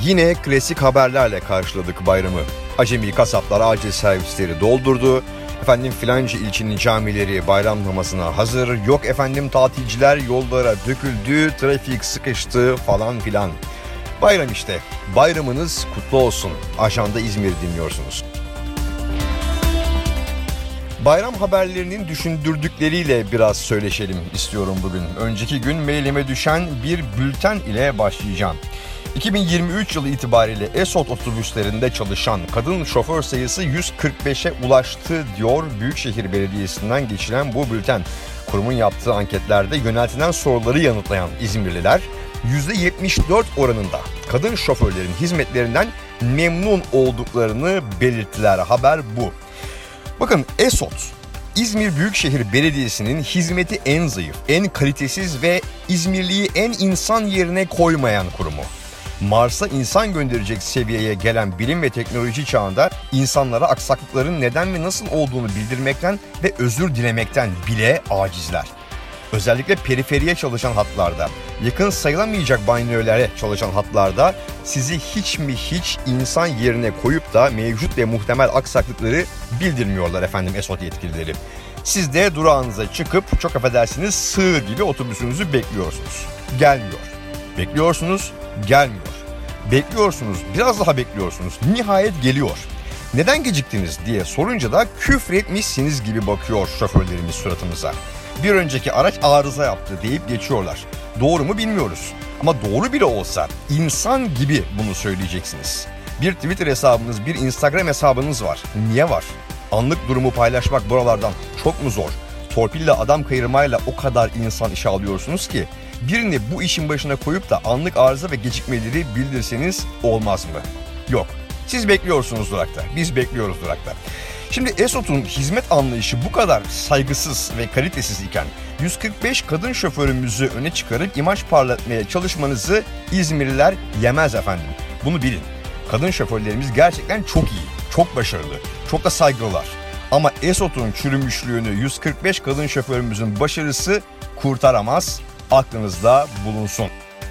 Yine klasik haberlerle karşıladık bayramı. Acemi kasaplar acil servisleri doldurdu. Efendim filanca ilçenin camileri bayram namazına hazır. Yok efendim tatilciler yollara döküldü, trafik sıkıştı falan filan. Bayram işte. Bayramınız kutlu olsun. Ajanda İzmir dinliyorsunuz. Bayram haberlerinin düşündürdükleriyle biraz söyleşelim istiyorum bugün. Önceki gün mailime düşen bir bülten ile başlayacağım. 2023 yılı itibariyle Esot otobüslerinde çalışan kadın şoför sayısı 145'e ulaştı diyor Büyükşehir Belediyesi'nden geçilen bu bülten. Kurumun yaptığı anketlerde yöneltilen soruları yanıtlayan İzmirliler %74 oranında kadın şoförlerin hizmetlerinden memnun olduklarını belirttiler. Haber bu. Bakın Esot, İzmir Büyükşehir Belediyesi'nin hizmeti en zayıf, en kalitesiz ve İzmirliyi en insan yerine koymayan kurumu. Mars'a insan gönderecek seviyeye gelen bilim ve teknoloji çağında insanlara aksaklıkların neden ve nasıl olduğunu bildirmekten ve özür dilemekten bile acizler. Özellikle periferiye çalışan hatlarda, yakın sayılamayacak banliyölere çalışan hatlarda sizi hiç mi hiç insan yerine koyup da mevcut ve muhtemel aksaklıkları bildirmiyorlar efendim Esot yetkilileri. Siz de durağınıza çıkıp çok affedersiniz sığır gibi otobüsünüzü bekliyorsunuz. Gelmiyor. Bekliyorsunuz, gelmiyor. Bekliyorsunuz, biraz daha bekliyorsunuz. Nihayet geliyor. Neden geciktiniz diye sorunca da küfretmişsiniz gibi bakıyor şoförlerimiz suratımıza. Bir önceki araç arıza yaptı deyip geçiyorlar. Doğru mu bilmiyoruz. Ama doğru bile olsa insan gibi bunu söyleyeceksiniz. Bir Twitter hesabınız, bir Instagram hesabınız var. Niye var? Anlık durumu paylaşmak buralardan çok mu zor? Torpille adam kayırmayla o kadar insan işe alıyorsunuz ki birini bu işin başına koyup da anlık arıza ve gecikmeleri bildirseniz olmaz mı? Yok. Siz bekliyorsunuz durakta. Biz bekliyoruz durakta. Şimdi Esot'un hizmet anlayışı bu kadar saygısız ve kalitesiz iken 145 kadın şoförümüzü öne çıkarıp imaj parlatmaya çalışmanızı İzmirliler yemez efendim. Bunu bilin. Kadın şoförlerimiz gerçekten çok iyi, çok başarılı, çok da saygılılar. Ama Esot'un çürümüşlüğünü 145 kadın şoförümüzün başarısı kurtaramaz. Aklınızda bulunsun.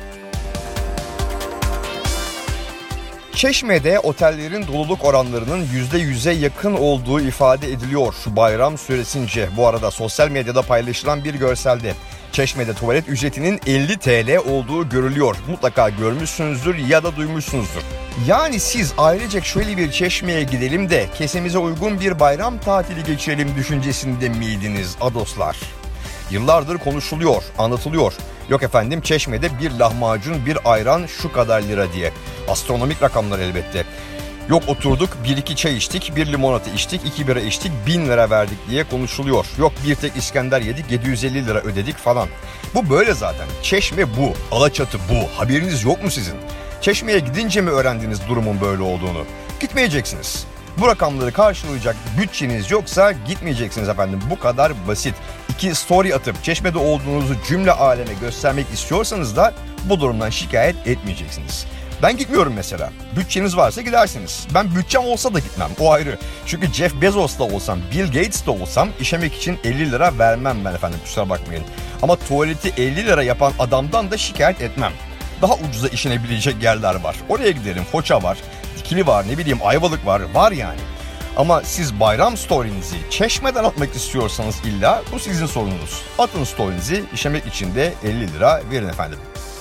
Çeşme'de otellerin doluluk oranlarının %100'e yakın olduğu ifade ediliyor şu bayram süresince. Bu arada sosyal medyada paylaşılan bir görselde Çeşme'de tuvalet ücretinin 50 TL olduğu görülüyor. Mutlaka görmüşsünüzdür ya da duymuşsunuzdur. Yani siz ailecek şöyle bir Çeşme'ye gidelim de kesemize uygun bir bayram tatili geçirelim düşüncesinde miydiniz adoslar? Yıllardır konuşuluyor, anlatılıyor. Yok efendim Çeşme'de bir lahmacun, bir ayran şu kadar lira diye. Astronomik rakamlar elbette. Yok oturduk, 1-2 çay içtik, 1 limonata içtik, 2 bira içtik, 1000 lira verdik diye konuşuluyor. Yok bir tek İskender yedik, 750 lira ödedik falan. Bu böyle zaten. Çeşme bu, Alaçatı bu. Haberiniz yok mu sizin? Çeşme'ye gidince mi öğrendiniz durumun böyle olduğunu? Gitmeyeceksiniz. Bu rakamları karşılayacak bütçeniz yoksa gitmeyeceksiniz efendim. Bu kadar basit. 2 story atıp Çeşme'de olduğunuzu cümle aleme göstermek istiyorsanız da bu durumdan şikayet etmeyeceksiniz. Ben gitmiyorum mesela. Bütçeniz varsa gidersiniz. Ben bütçem olsa da gitmem. O ayrı. Çünkü Jeff Bezos da olsam, Bill Gates de olsam işemek için 50 lira vermem ben efendim. Kusura bakmayın. Ama tuvaleti 50 lira yapan adamdan da şikayet etmem. Daha ucuza işenebilecek yerler var. Oraya gidelim. Foça var. Dikili var, ne bileyim Ayvalık var. Var yani. Ama siz bayram story'nizi Çeşme'den atmak istiyorsanız illa bu sizin sorununuz. Atın story'nizi, işemek için de 50 lira verin efendim.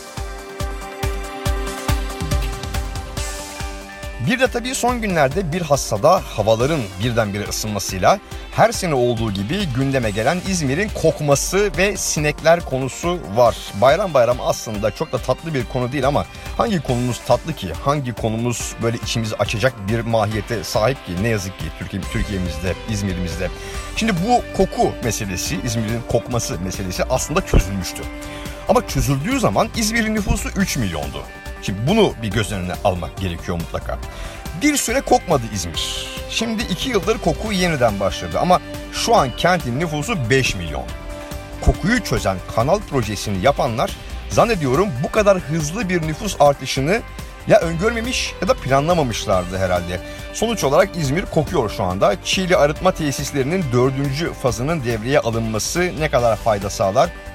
Bir de tabii son günlerde bilhassa da havaların birdenbire ısınmasıyla her sene olduğu gibi gündeme gelen İzmir'in kokması ve sinekler konusu var. Bayram bayram aslında çok da tatlı bir konu değil ama hangi konumuz tatlı ki? Hangi konumuz böyle içimizi açacak bir mahiyete sahip ki? Ne yazık ki Türkiye'mizde, İzmir'imizde. Şimdi bu koku meselesi, İzmir'in kokması meselesi aslında çözülmüştü. Ama çözüldüğü zaman İzmir'in nüfusu 3 milyondu. Şimdi bunu bir göz önüne almak gerekiyor mutlaka. Bir süre kokmadı İzmir. Şimdi 2 yıldır koku yeniden başladı ama şu an kentin nüfusu 5 milyon. Kokuyu çözen kanal projesini yapanlar zannediyorum bu kadar hızlı bir nüfus artışını ya öngörmemiş ya da planlamamışlardı herhalde. Sonuç olarak İzmir kokuyor şu anda. Çiğli arıtma tesislerinin 4. fazının devreye alınması ne kadar fayda sağlar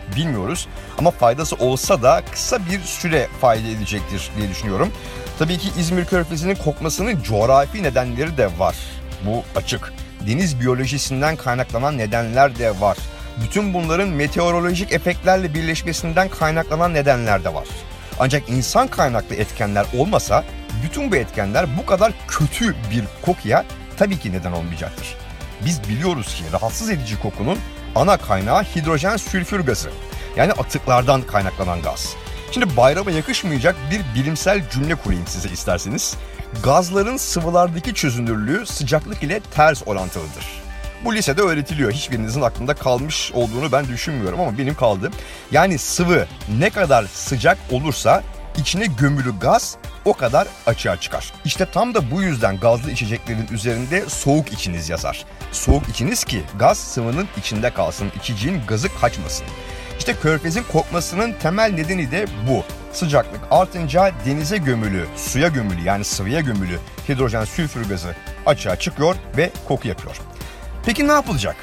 bilmiyoruz. Ama faydası olsa da kısa bir süre fayda edecektir diye düşünüyorum. Tabii ki İzmir Körfezi'nin kokmasının coğrafi nedenleri de var. Bu açık. Deniz biyolojisinden kaynaklanan nedenler de var. Bütün bunların meteorolojik efektlerle birleşmesinden kaynaklanan nedenler de var. Ancak insan kaynaklı etkenler olmasa bütün bu etkenler bu kadar kötü bir kokuya tabii ki neden olmayacaktır. Biz biliyoruz ki rahatsız edici kokunun ana kaynağı hidrojen sülfür gazı. Yani atıklardan kaynaklanan gaz. Şimdi bayrama yakışmayacak bir bilimsel cümle kurayım size isterseniz. Gazların sıvılardaki çözünürlüğü sıcaklık ile ters orantılıdır. Bu lisede öğretiliyor. Hiçbirinizin aklında kalmış olduğunu ben düşünmüyorum ama benim kaldı. Yani sıvı ne kadar sıcak olursa içine gömülü gaz o kadar açığa çıkar. İşte tam da bu yüzden gazlı içeceklerin üzerinde soğuk içiniz yazar. Soğuk içiniz ki gaz sıvının içinde kalsın, içeceğin gazı kaçmasın. İşte körfezin kokmasının temel nedeni de bu. Sıcaklık artınca denize gömülü, suya gömülü yani sıvıya gömülü hidrojen sülfür gazı açığa çıkıyor ve koku yapıyor. Peki ne yapılacak?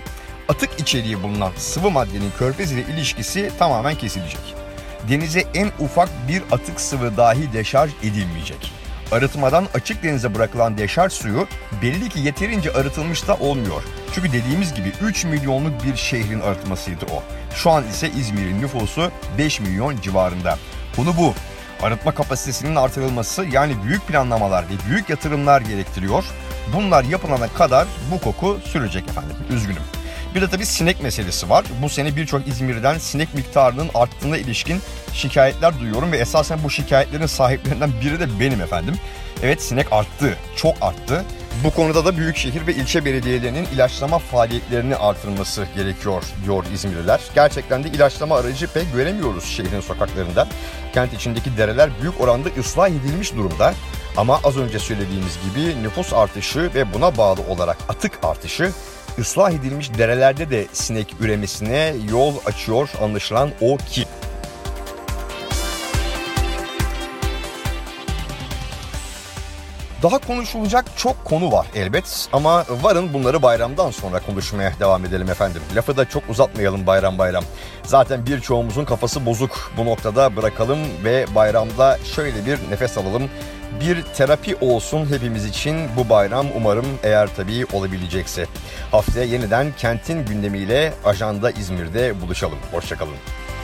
Atık içeriği bulunan sıvı maddenin körfez ile ilişkisi tamamen kesilecek. Denize en ufak bir atık sıvı dahi deşarj edilmeyecek. Arıtmadan açık denize bırakılan deşarj suyu belli ki yeterince arıtılmış da olmuyor. Çünkü dediğimiz gibi 3 milyonluk bir şehrin arıtmasıydı o. Şu an ise İzmir'in nüfusu 5 milyon civarında. Bu arıtma kapasitesinin artırılması yani büyük planlamalar ve büyük yatırımlar gerektiriyor. Bunlar yapılana kadar bu koku sürecek efendim. Üzgünüm. Bir de tabii sinek meselesi var. Bu sene birçok İzmir'den sinek miktarının arttığına ilişkin şikayetler duyuyorum ve esasen bu şikayetlerin sahiplerinden biri de benim efendim. Evet, sinek arttı, çok arttı. Bu konuda da büyükşehir ve ilçe belediyelerinin ilaçlama faaliyetlerini artırması gerekiyor diyor İzmirliler. Gerçekten de ilaçlama aracı pek göremiyoruz şehrin sokaklarında. Kent içindeki dereler büyük oranda ıslah edilmiş durumda. Ama az önce söylediğimiz gibi nüfus artışı ve buna bağlı olarak atık artışı ıslah edilmiş derelerde de sinek üremesine yol açıyor anlaşılan o ki. Daha konuşulacak çok konu var elbet ama varın bunları bayramdan sonra konuşmaya devam edelim efendim. Lafı da çok uzatmayalım bayram. Zaten birçoğumuzun kafası bozuk, bu noktada bırakalım ve bayramda şöyle bir nefes alalım. Bir terapi olsun hepimiz için bu bayram, umarım eğer tabii olabilecekse. Haftaya yeniden kentin gündemiyle Ajanda İzmir'de buluşalım. Hoşça kalın.